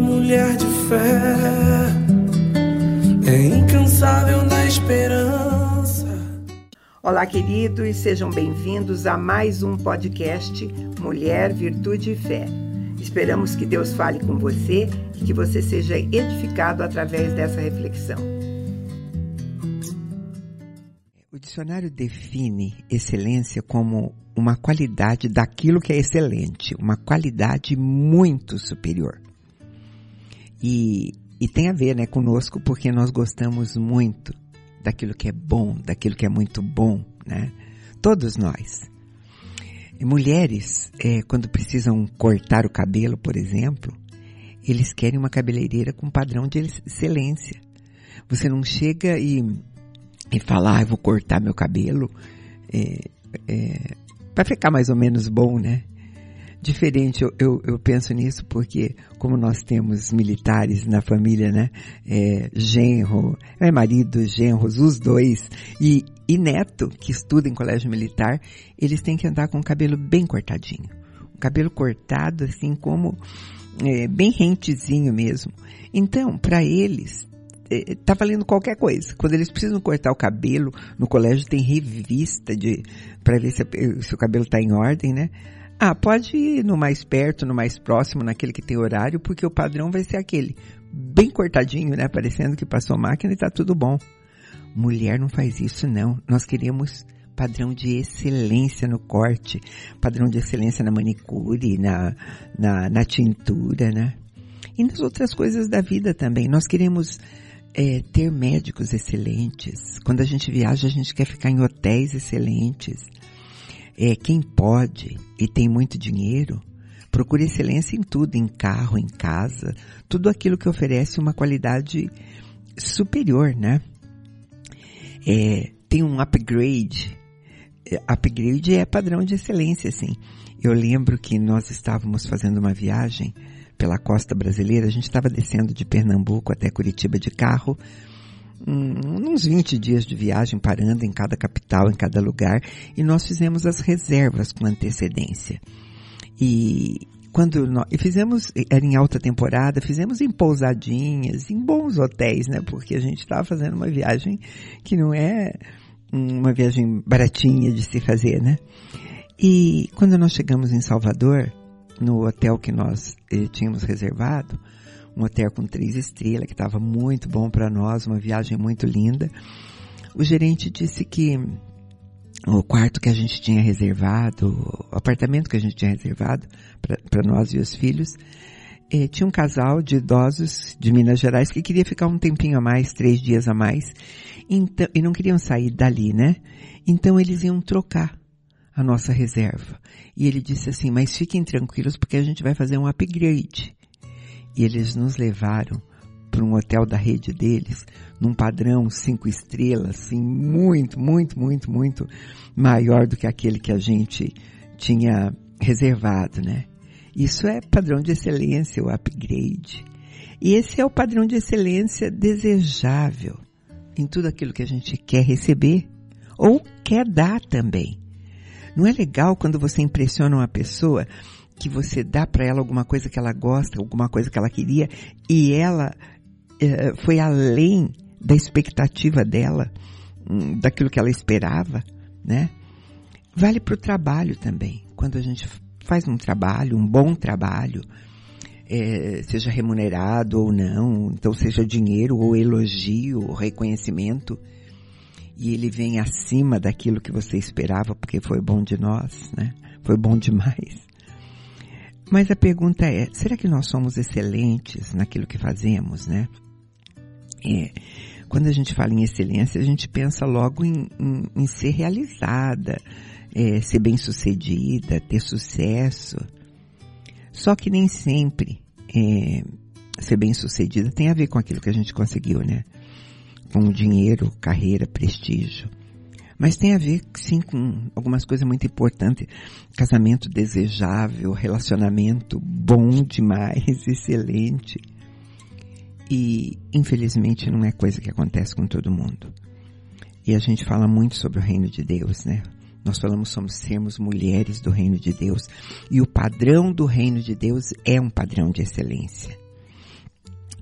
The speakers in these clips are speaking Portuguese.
mulher de fé, é incansável na esperança. Olá, queridos, sejam bem-vindos a mais um podcast Mulher, Virtude e Fé. Esperamos que Deus fale com você e que você seja edificado através dessa reflexão. O dicionário define excelência como uma qualidade daquilo que é excelente, uma qualidade muito superior. E tem a ver, conosco, porque nós gostamos muito daquilo que é bom, daquilo que é muito bom, né? Todos nós. E mulheres, quando precisam cortar o cabelo, por exemplo, eles querem uma cabeleireira com padrão de excelência. Você não chega e fala, eu vou cortar meu cabelo para ficar mais ou menos bom, né? Diferente, eu penso nisso porque, como nós temos militares na família, né? Genro, marido, genros, os dois, e neto, que estuda em colégio militar, eles têm que andar com o cabelo bem cortadinho. O cabelo cortado, assim, como bem rentezinho mesmo. Então, para eles, tá valendo qualquer coisa. Quando eles precisam cortar o cabelo, no colégio tem revista para ver se o cabelo tá em ordem, né? Pode ir no mais perto, no mais próximo, naquele que tem horário, porque o padrão vai ser aquele, bem cortadinho, né? Parecendo que passou máquina e tá tudo bom. Mulher não faz isso, não. Nós queremos padrão de excelência no corte, padrão de excelência na manicure, na tintura, né? E nas outras coisas da vida também. Nós queremos ter médicos excelentes. Quando a gente viaja, a gente quer ficar em hotéis excelentes. Quem pode e tem muito dinheiro, procura excelência em tudo, em carro, em casa, tudo aquilo que oferece uma qualidade superior, né? Tem um upgrade. Upgrade é padrão de excelência, assim. Eu lembro que nós estávamos fazendo uma viagem pela costa brasileira, a gente estava descendo de Pernambuco até Curitiba de carro, uns 20 dias de viagem, parando em cada capital, em cada lugar, e nós fizemos as reservas com antecedência. E fizemos, era em alta temporada, fizemos em pousadinhas, em bons hotéis, né? Porque a gente estava fazendo uma viagem que não é uma viagem baratinha de se fazer, né? E quando nós chegamos em Salvador, no hotel que nós tínhamos reservado, um hotel com 3 estrelas, que estava muito bom para nós, uma viagem muito linda. O gerente disse que o quarto que a gente tinha reservado, o apartamento que a gente tinha reservado para nós e os filhos, tinha um casal de idosos de Minas Gerais que queria ficar um tempinho a mais, 3 dias a mais, então, e não queriam sair dali, né? Então eles iam trocar a nossa reserva. E ele disse assim, mas fiquem tranquilos porque a gente vai fazer um upgrade. E eles nos levaram para um hotel da rede deles, num padrão 5 estrelas, assim, muito, muito, muito, muito maior do que aquele que a gente tinha reservado, né? Isso é padrão de excelência, o upgrade. E esse é o padrão de excelência desejável em tudo aquilo que a gente quer receber ou quer dar também. Não é legal quando você impressiona uma pessoa que você dá para ela alguma coisa que ela gosta, alguma coisa que ela queria, e ela foi além da expectativa dela, daquilo que ela esperava, né? Vale para o trabalho também. Quando a gente faz um trabalho, um bom trabalho, seja remunerado ou não, então seja dinheiro ou elogio ou reconhecimento, e ele vem acima daquilo que você esperava, porque foi bom de nós, né? Foi bom demais. Mas a pergunta é, será que nós somos excelentes naquilo que fazemos, né? Quando a gente fala em excelência, a gente pensa logo em ser realizada, ser bem-sucedida, ter sucesso. Só que nem sempre ser bem-sucedida tem a ver com aquilo que a gente conseguiu, né? Com dinheiro, carreira, prestígio. Mas tem a ver, sim, com algumas coisas muito importantes. Casamento desejável, relacionamento bom demais, excelente. E, infelizmente, não é coisa que acontece com todo mundo. E a gente fala muito sobre o reino de Deus, né? Nós falamos sobre sermos mulheres do reino de Deus. E o padrão do reino de Deus é um padrão de excelência.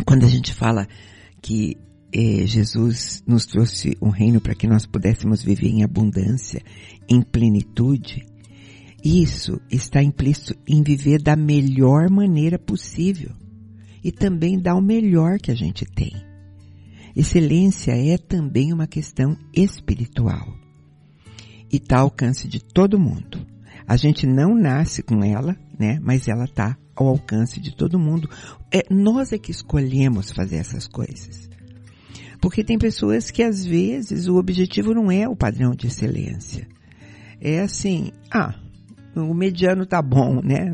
Quando a gente fala que Jesus nos trouxe um reino para que nós pudéssemos viver em abundância, em plenitude, isso está implícito em viver da melhor maneira possível e também dar o melhor que a gente tem. Excelência é também uma questão espiritual e está ao alcance de todo mundo. A gente não nasce com ela, né? Mas ela está ao alcance de todo mundo. Nós é que escolhemos fazer essas coisas. Porque tem pessoas que às vezes o objetivo não é o padrão de excelência. É assim, o mediano tá bom, né?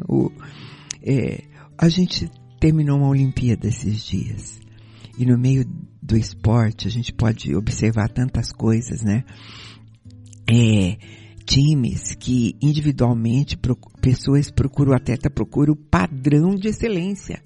A gente terminou uma Olimpíada esses dias. E no meio do esporte a gente pode observar tantas coisas, né? Times que individualmente pessoas procuram, o atleta procura o padrão de excelência.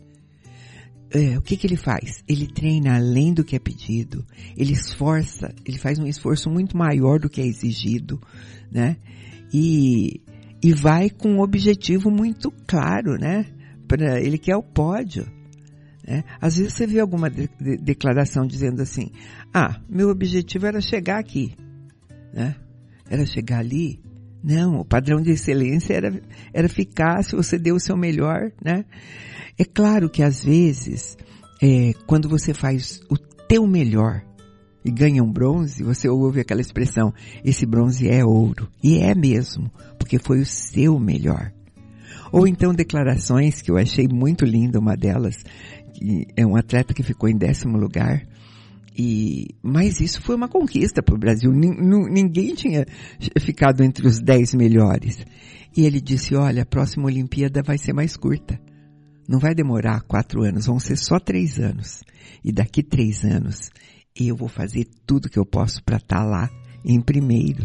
O que ele faz? Ele treina além do que é pedido, ele faz um esforço muito maior do que é exigido, né? E vai com um objetivo muito claro, né? Ele quer o pódio, né? Às vezes você vê alguma declaração dizendo assim, meu objetivo era chegar aqui, né? Era chegar ali. Não, o padrão de excelência era ficar, se você deu o seu melhor, né? É claro que às vezes, quando você faz o teu melhor e ganha um bronze, você ouve aquela expressão, esse bronze é ouro. E é mesmo, porque foi o seu melhor. Ou então declarações que eu achei muito linda, uma delas, que é um atleta que ficou em 10º lugar, mas isso foi uma conquista para o Brasil. Ninguém tinha ficado entre os 10 melhores. E ele disse, olha, a próxima Olimpíada vai ser mais curta. Não vai demorar 4 anos, vão ser só 3 anos. E daqui 3 anos, eu vou fazer tudo que eu posso para estar lá em primeiro.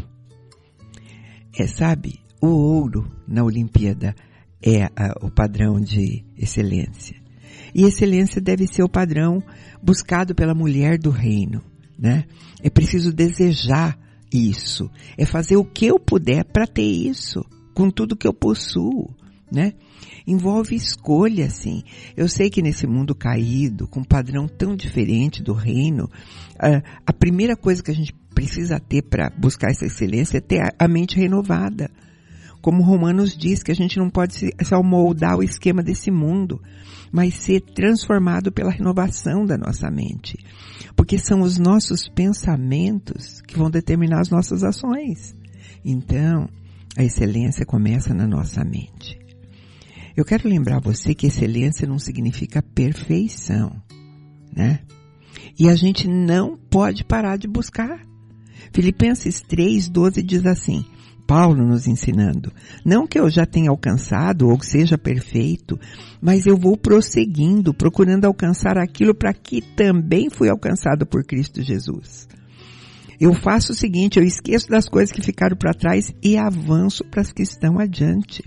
Sabe, o ouro na Olimpíada é o padrão de excelência. E excelência deve ser o padrão buscado pela mulher do reino, né? É preciso desejar isso. É fazer o que eu puder para ter isso, com tudo que eu possuo, né? Envolve escolha, sim. Eu sei que nesse mundo caído, com um padrão tão diferente do reino, a primeira coisa que a gente precisa ter para buscar essa excelência é ter a mente renovada. Como Romanos diz, que a gente não pode só moldar o esquema desse mundo, mas ser transformado pela renovação da nossa mente. Porque são os nossos pensamentos que vão determinar as nossas ações. Então, a excelência começa na nossa mente. Eu quero lembrar você que excelência não significa perfeição, né? E a gente não pode parar de buscar. Filipenses 3:12 diz assim, Paulo nos ensinando, não que eu já tenha alcançado ou seja perfeito, mas eu vou prosseguindo, procurando alcançar aquilo para que também fui alcançado por Cristo Jesus. Eu faço o seguinte, eu esqueço das coisas que ficaram para trás e avanço para as que estão adiante.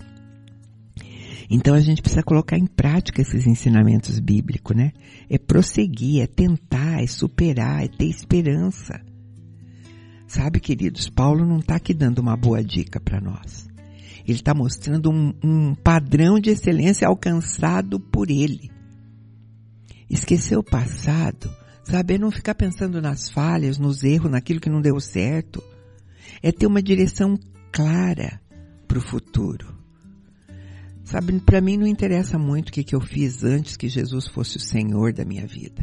Então a gente precisa colocar em prática esses ensinamentos bíblicos, né? É prosseguir, é tentar, é superar, é ter esperança. Sabe, queridos, Paulo não está aqui dando uma boa dica para nós. Ele está mostrando um padrão de excelência alcançado por ele. Esquecer o passado, sabe, é não ficar pensando nas falhas, nos erros, naquilo que não deu certo. É ter uma direção clara para o futuro. Sabe, para mim não interessa muito o que eu fiz antes que Jesus fosse o Senhor da minha vida.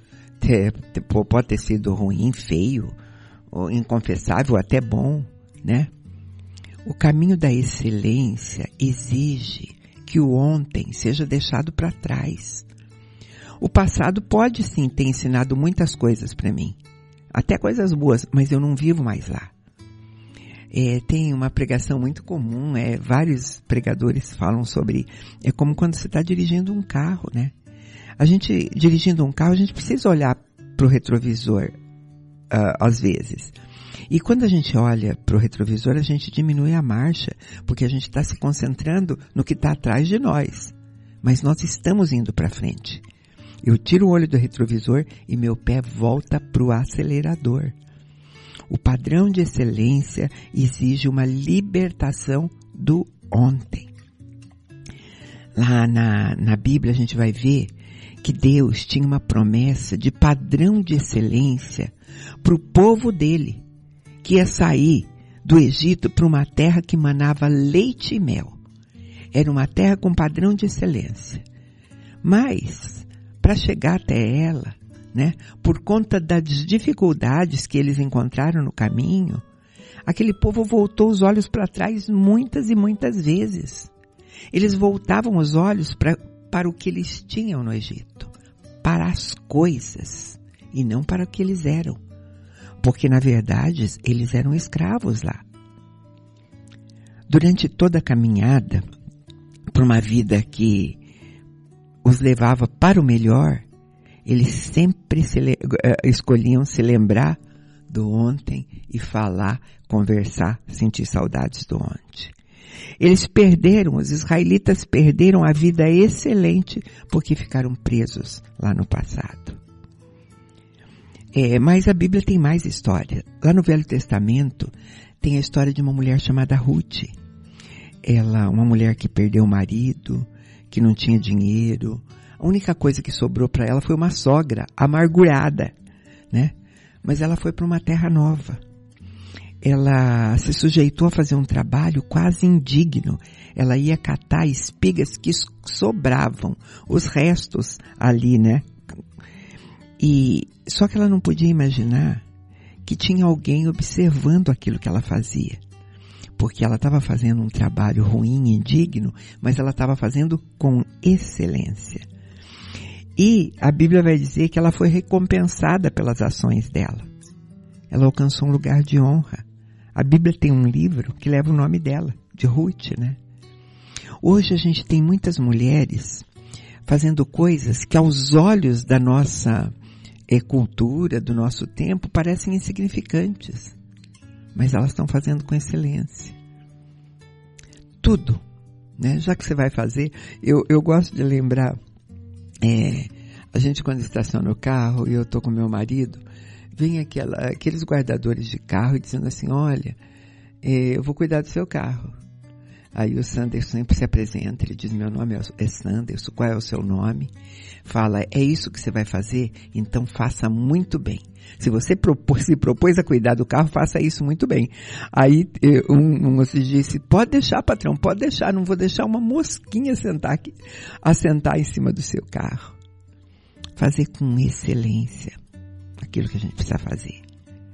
Pode ter sido ruim, feio, ou inconfessável, até bom, né? O caminho da excelência exige que o ontem seja deixado para trás. O passado pode sim ter ensinado muitas coisas para mim, até coisas boas, mas eu não vivo mais lá. Tem uma pregação muito comum, vários pregadores falam sobre, é como quando você está dirigindo um carro, né? A gente, dirigindo um carro, a gente precisa olhar para o retrovisor, às vezes. E quando a gente olha para o retrovisor, a gente diminui a marcha, porque a gente está se concentrando no que está atrás de nós. Mas nós estamos indo para frente. Eu tiro o olho do retrovisor e meu pé volta para o acelerador. O padrão de excelência exige uma libertação do ontem. Lá na Bíblia a gente vai ver que Deus tinha uma promessa de padrão de excelência para o povo dele, que ia sair do Egito para uma terra que manava leite e mel. Era uma terra com padrão de excelência. Mas, para chegar até ela, né, por conta das dificuldades que eles encontraram no caminho, aquele povo voltou os olhos para trás muitas e muitas vezes. Eles voltavam os olhos para o que eles tinham no Egito, para as coisas, e não para o que eles eram. Porque, na verdade, eles eram escravos lá. Durante toda a caminhada, por uma vida que os levava para o melhor, eles sempre escolhiam se lembrar do ontem e falar, conversar, sentir saudades do ontem. Os israelitas perderam a vida excelente porque ficaram presos lá no passado. Mas a Bíblia tem mais história. Lá no Velho Testamento tem a história de uma mulher chamada Ruth. Uma mulher que perdeu o marido, que não tinha dinheiro. A única coisa que sobrou para ela foi uma sogra amargurada, né? Mas ela foi para uma terra nova. Ela se sujeitou a fazer um trabalho quase indigno. Ela ia catar espigas que sobravam, os restos ali, né? Só que ela não podia imaginar que tinha alguém observando aquilo que ela fazia. Porque ela estava fazendo um trabalho ruim e indigno, mas ela estava fazendo com excelência. E a Bíblia vai dizer que ela foi recompensada pelas ações dela. Ela alcançou um lugar de honra. A Bíblia tem um livro que leva o nome dela, de Ruth, né? Hoje a gente tem muitas mulheres fazendo coisas que aos olhos da nossa cultura, do nosso tempo, parecem insignificantes. Mas elas estão fazendo com excelência. Tudo, né? Já que você vai fazer, eu gosto de lembrar, a gente quando estaciona o carro e eu estou com meu marido, vem aqueles guardadores de carro dizendo assim, olha, eu vou cuidar do seu carro. Aí o Sanderson sempre se apresenta, ele diz, meu nome é Sanderson, qual é o seu nome? Fala, é isso que você vai fazer? Então faça muito bem. Se você se propôs a cuidar do carro, faça isso muito bem. Aí um moço disse, pode deixar, patrão, pode deixar, não vou deixar uma mosquinha assentar em cima do seu carro. Fazer com excelência aquilo que a gente precisa fazer.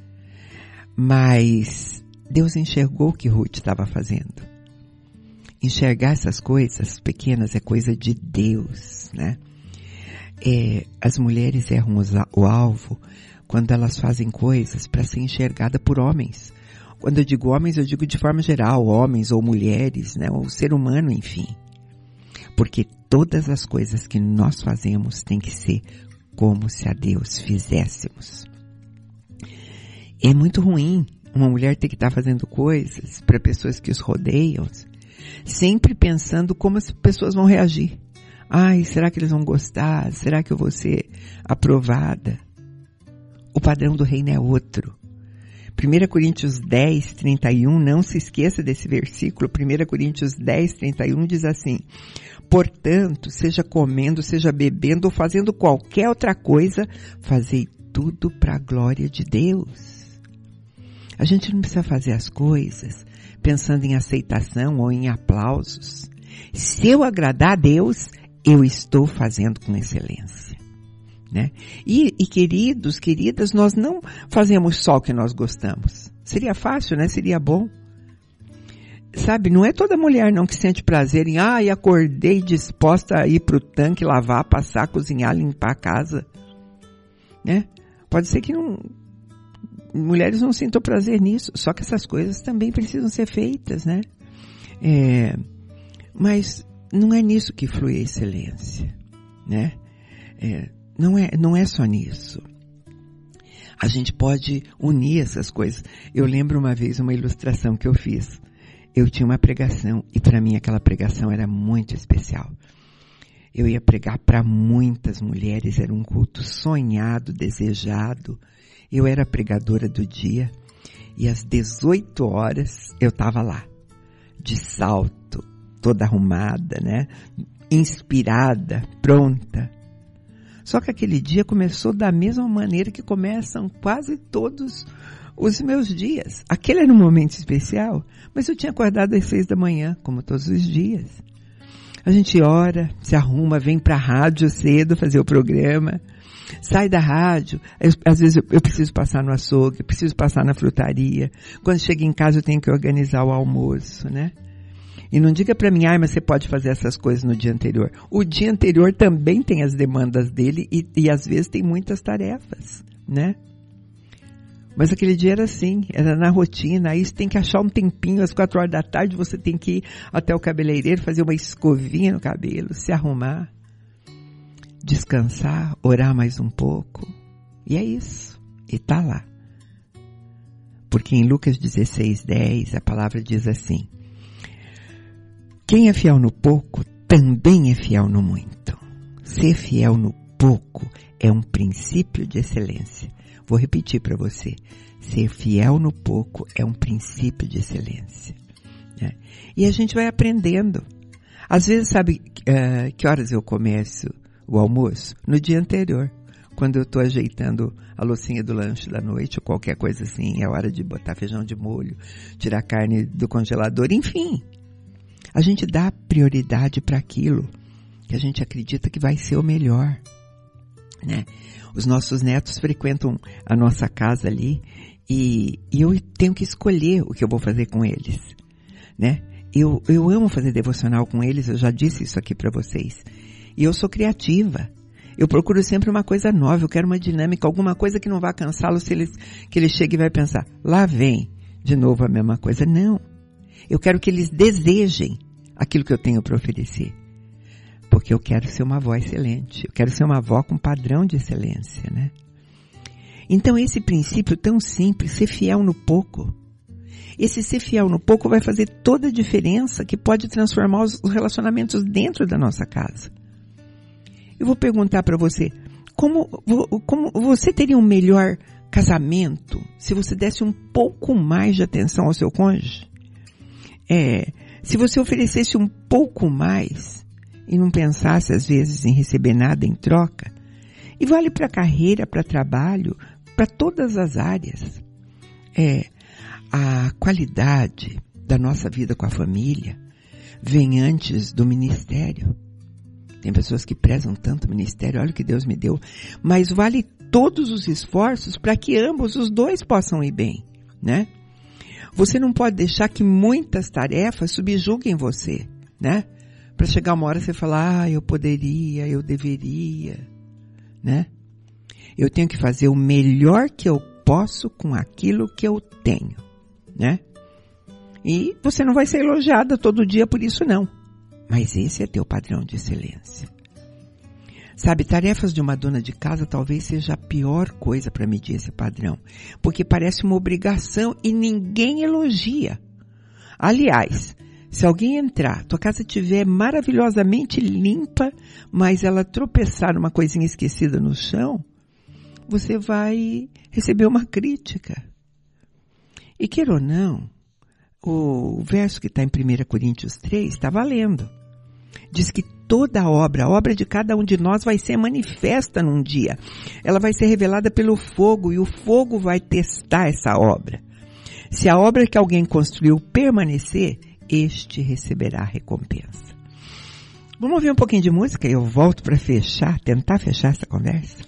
Mas Deus enxergou o que Ruth estava fazendo. Enxergar essas coisas pequenas é coisa de Deus, né? As mulheres erram o alvo quando elas fazem coisas para ser enxergada por homens. Quando eu digo homens, eu digo de forma geral, homens ou mulheres, né? O ser humano, enfim. Porque todas as coisas que nós fazemos têm que ser como se a Deus fizéssemos. É muito ruim uma mulher ter que estar fazendo coisas para pessoas que os rodeiam, sempre pensando como as pessoas vão reagir. Ai, será que eles vão gostar? Será que eu vou ser aprovada? O padrão do reino é outro. 1 Coríntios 10, 31, não se esqueça desse versículo. 1 Coríntios 10, 31 diz assim, portanto, seja comendo, seja bebendo ou fazendo qualquer outra coisa, fazei tudo para a glória de Deus. A gente não precisa fazer as coisas pensando em aceitação ou em aplausos. Se eu agradar a Deus, eu estou fazendo com excelência, né? E queridos, queridas, nós não fazemos só o que nós gostamos. Seria fácil, né? Seria bom. Sabe, não é toda mulher não que sente prazer em, acordei disposta a ir pro tanque, lavar, passar, cozinhar, limpar a casa, né? Pode ser que mulheres não sintam prazer nisso, só que essas coisas também precisam ser feitas, né? Mas não é nisso que flui a excelência, né? Não é só nisso. A gente pode unir essas coisas. Eu lembro uma vez uma ilustração que eu fiz. Eu tinha uma pregação e para mim aquela pregação era muito especial. Eu ia pregar para muitas mulheres, era um culto sonhado, desejado. Eu era a pregadora do dia e às 18 horas eu estava lá, de salto, toda arrumada, né? inspirada, pronta. Só que aquele dia começou da mesma maneira que começam quase todos os meus dias. Aquele era um momento especial, mas eu tinha acordado às 6 da manhã, como todos os dias. A gente ora, se arruma, vem para a rádio cedo fazer o programa, sai da rádio, às vezes eu preciso passar no açougue, preciso passar na frutaria. Quando chego em casa eu tenho que organizar o almoço, né? E não diga para mim, mas você pode fazer essas coisas no dia anterior. O dia anterior também tem as demandas dele e às vezes tem muitas tarefas, né? Mas aquele dia era assim, era na rotina. Aí você tem que achar um tempinho, às 4 horas da tarde você tem que ir até o cabeleireiro, fazer uma escovinha no cabelo, se arrumar, descansar, orar mais um pouco. E é isso. E tá lá. Porque em Lucas 16:10 a palavra diz assim: quem é fiel no pouco, também é fiel no muito. Ser fiel no pouco é um princípio de excelência. Vou repetir para você. Ser fiel no pouco é um princípio de excelência. Né? E a gente vai aprendendo. Às vezes, sabe que horas eu começo o almoço? No dia anterior. Quando eu estou ajeitando a loucinha do lanche da noite ou qualquer coisa assim. É hora de botar feijão de molho, tirar carne do congelador, enfim. A gente dá prioridade para aquilo que a gente acredita que vai ser o melhor, né? Os nossos netos frequentam a nossa casa ali e eu tenho que escolher o que eu vou fazer com eles, né? Eu amo fazer devocional com eles, eu já disse isso aqui para vocês. E eu sou criativa. Eu procuro sempre uma coisa nova, eu quero uma dinâmica, alguma coisa que não vá cansá-los, que ele chegue e vai pensar, lá vem de novo a mesma coisa. Não. Eu quero que eles desejem aquilo que eu tenho para oferecer. Porque eu quero ser uma avó excelente. Eu quero ser uma avó com padrão de excelência, né? Então esse princípio tão simples, ser fiel no pouco. Esse ser fiel no pouco vai fazer toda a diferença que pode transformar os relacionamentos dentro da nossa casa. Eu vou perguntar para você, como você teria um melhor casamento se você desse um pouco mais de atenção ao seu cônjuge? Se você oferecesse um pouco mais e não pensasse às vezes em receber nada em troca, e vale para carreira, para trabalho, para todas as áreas. A qualidade da nossa vida com a família vem antes do ministério. Tem pessoas que prezam tanto o ministério, olha o que Deus me deu, mas vale todos os esforços para que ambos, os dois, possam ir bem, né? Você não pode deixar que muitas tarefas subjuguem você, né? Para chegar uma hora você falar, eu poderia, eu deveria, né? Eu tenho que fazer o melhor que eu posso com aquilo que eu tenho, né? E você não vai ser elogiada todo dia por isso não. Mas esse é teu padrão de excelência. Sabe, tarefas de uma dona de casa talvez seja a pior coisa para medir esse padrão. Porque parece uma obrigação e ninguém elogia. Aliás, se alguém entrar, tua casa estiver maravilhosamente limpa, mas ela tropeçar numa coisinha esquecida no chão, você vai receber uma crítica. E queira ou não, o verso que está em 1 Coríntios 3 está valendo. Diz que toda a obra de cada um de nós vai ser manifesta num dia. Ela vai ser revelada pelo fogo e o fogo vai testar essa obra. Se a obra que alguém construiu permanecer, este receberá a recompensa. Vamos ouvir um pouquinho de música e eu volto para tentar fechar essa conversa.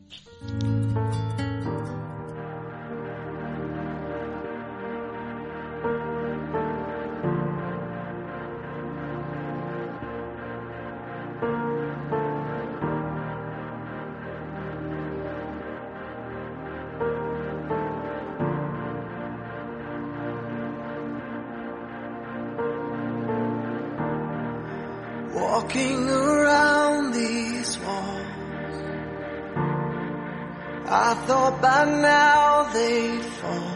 Walking around these walls, I thought by now they'd fall,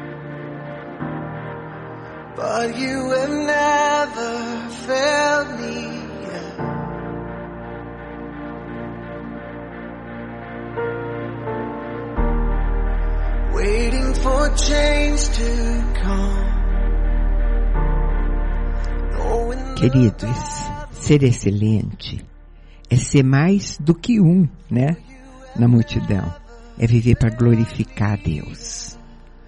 but you have never failed me yet. Waiting for change to come. Queridos, Ser excelente é ser mais do que um, né? Na multidão. É viver para glorificar a Deus.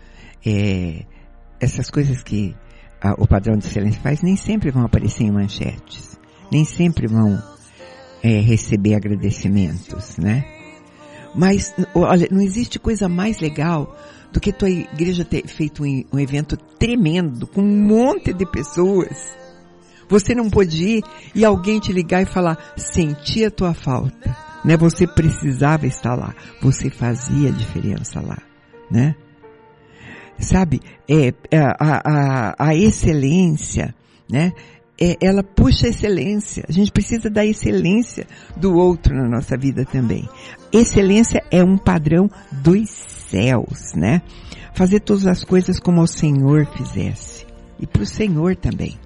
Essas coisas que o padrão de excelência faz nem sempre vão aparecer em manchetes. Nem sempre vão receber agradecimentos, né? Mas, olha, não existe coisa mais legal do que tua igreja ter feito um evento tremendo, com um monte de pessoas. Você não pôde ir e alguém te ligar e falar, senti a tua falta, né? Você precisava estar lá, você fazia diferença lá, né? Sabe, a excelência, né? Ela puxa a excelência. A gente precisa da excelência do outro na nossa vida também. Excelência é um padrão dos céus, né? Fazer todas as coisas como o Senhor fizesse. E para o Senhor também.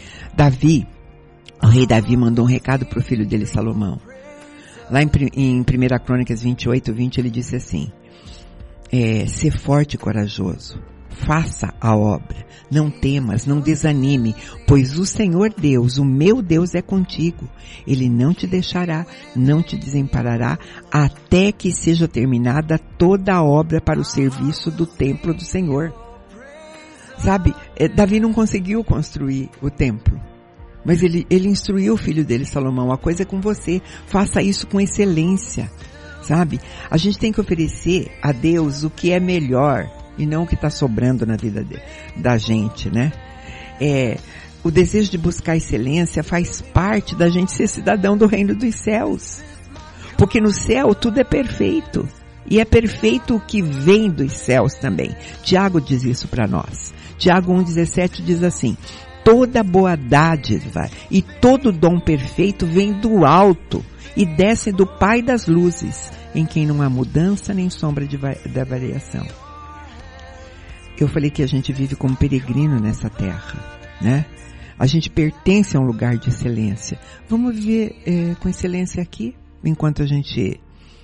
O rei Davi mandou um recado para o filho dele, Salomão. Lá em 1 Crônicas 28:20, ele disse assim, ser forte e corajoso. Faça a obra, não temas, não desanime, pois o Senhor Deus, o meu Deus é contigo. Ele não te deixará, não te desamparará, até que seja terminada toda a obra para o serviço do templo do Senhor. Sabe, Davi não conseguiu construir o templo, mas ele instruiu o filho dele, Salomão, a coisa é com você, faça isso com excelência, sabe? A gente tem que oferecer a Deus o que é melhor, e não o que está sobrando na vida da gente, né? O desejo de buscar excelência faz parte da gente ser cidadão do reino dos céus. Porque no céu tudo é perfeito. E é perfeito o que vem dos céus também. Tiago diz isso para nós. Tiago 1,17 diz assim, toda boa dádiva e todo dom perfeito vem do alto e desce do Pai das luzes, em quem não há mudança nem sombra da variação. Eu falei que a gente vive como peregrino nessa terra, né? A gente pertence a um lugar de excelência. Vamos viver com excelência aqui, enquanto a gente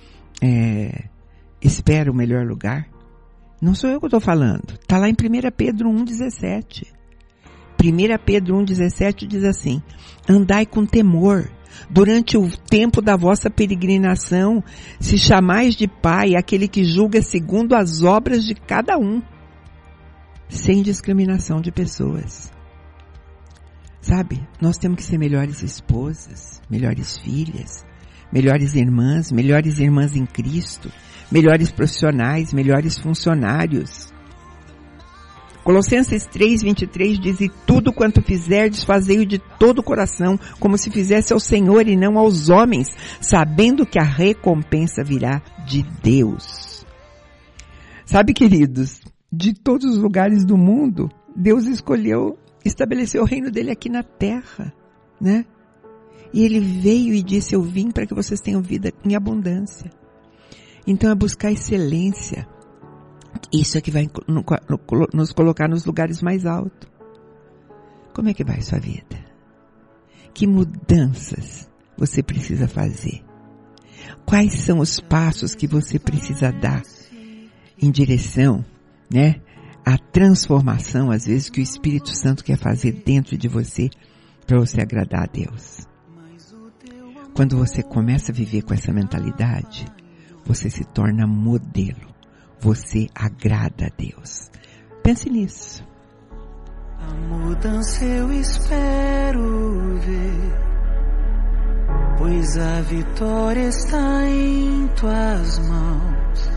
espera o melhor lugar. Não sou eu que estou falando. Está lá em 1 Pedro 1,17. 1 Pedro 1,17 diz assim, andai com temor durante o tempo da vossa peregrinação, se chamais de Pai aquele que julga segundo as obras de cada um, sem discriminação de pessoas. Sabe, nós temos que ser melhores esposas, melhores filhas, melhores irmãs em Cristo, melhores profissionais, melhores funcionários. Colossenses 3:23 diz, e tudo quanto fizerdes, fazei-o de todo o coração, como se fizesse ao Senhor e não aos homens, sabendo que a recompensa virá de Deus. Sabe, queridos, de todos os lugares do mundo, Deus escolheu estabelecer o reino dele aqui na terra, né? E ele veio e disse, eu vim para que vocês tenham vida em abundância. Então é buscar excelência. Isso é que vai nos colocar nos lugares mais altos. Como é que vai sua vida? Que mudanças você precisa fazer? Quais são os passos que você precisa dar em direção, né, a transformação, às vezes, que o Espírito Santo quer fazer dentro de você para você agradar a Deus? Quando você começa a viver com essa mentalidade, você se torna modelo. Você agrada a Deus. Pense nisso. A mudança eu espero ver, pois a vitória está em tuas mãos.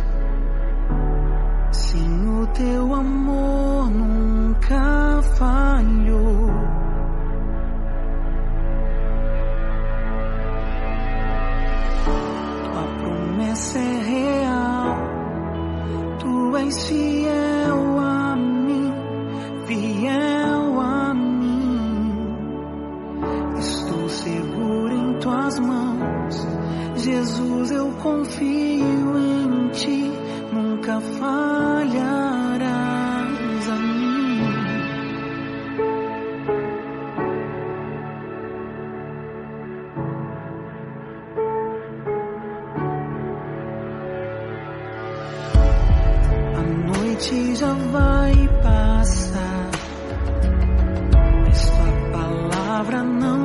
Sim, o teu amor nunca falhou. Tua promessa é real, tu és fiel a mim, fiel a mim. Estou seguro em tuas mãos, Jesus, eu confio em ti. Nunca falharás a mim. A noite já vai passar, mas tua palavra não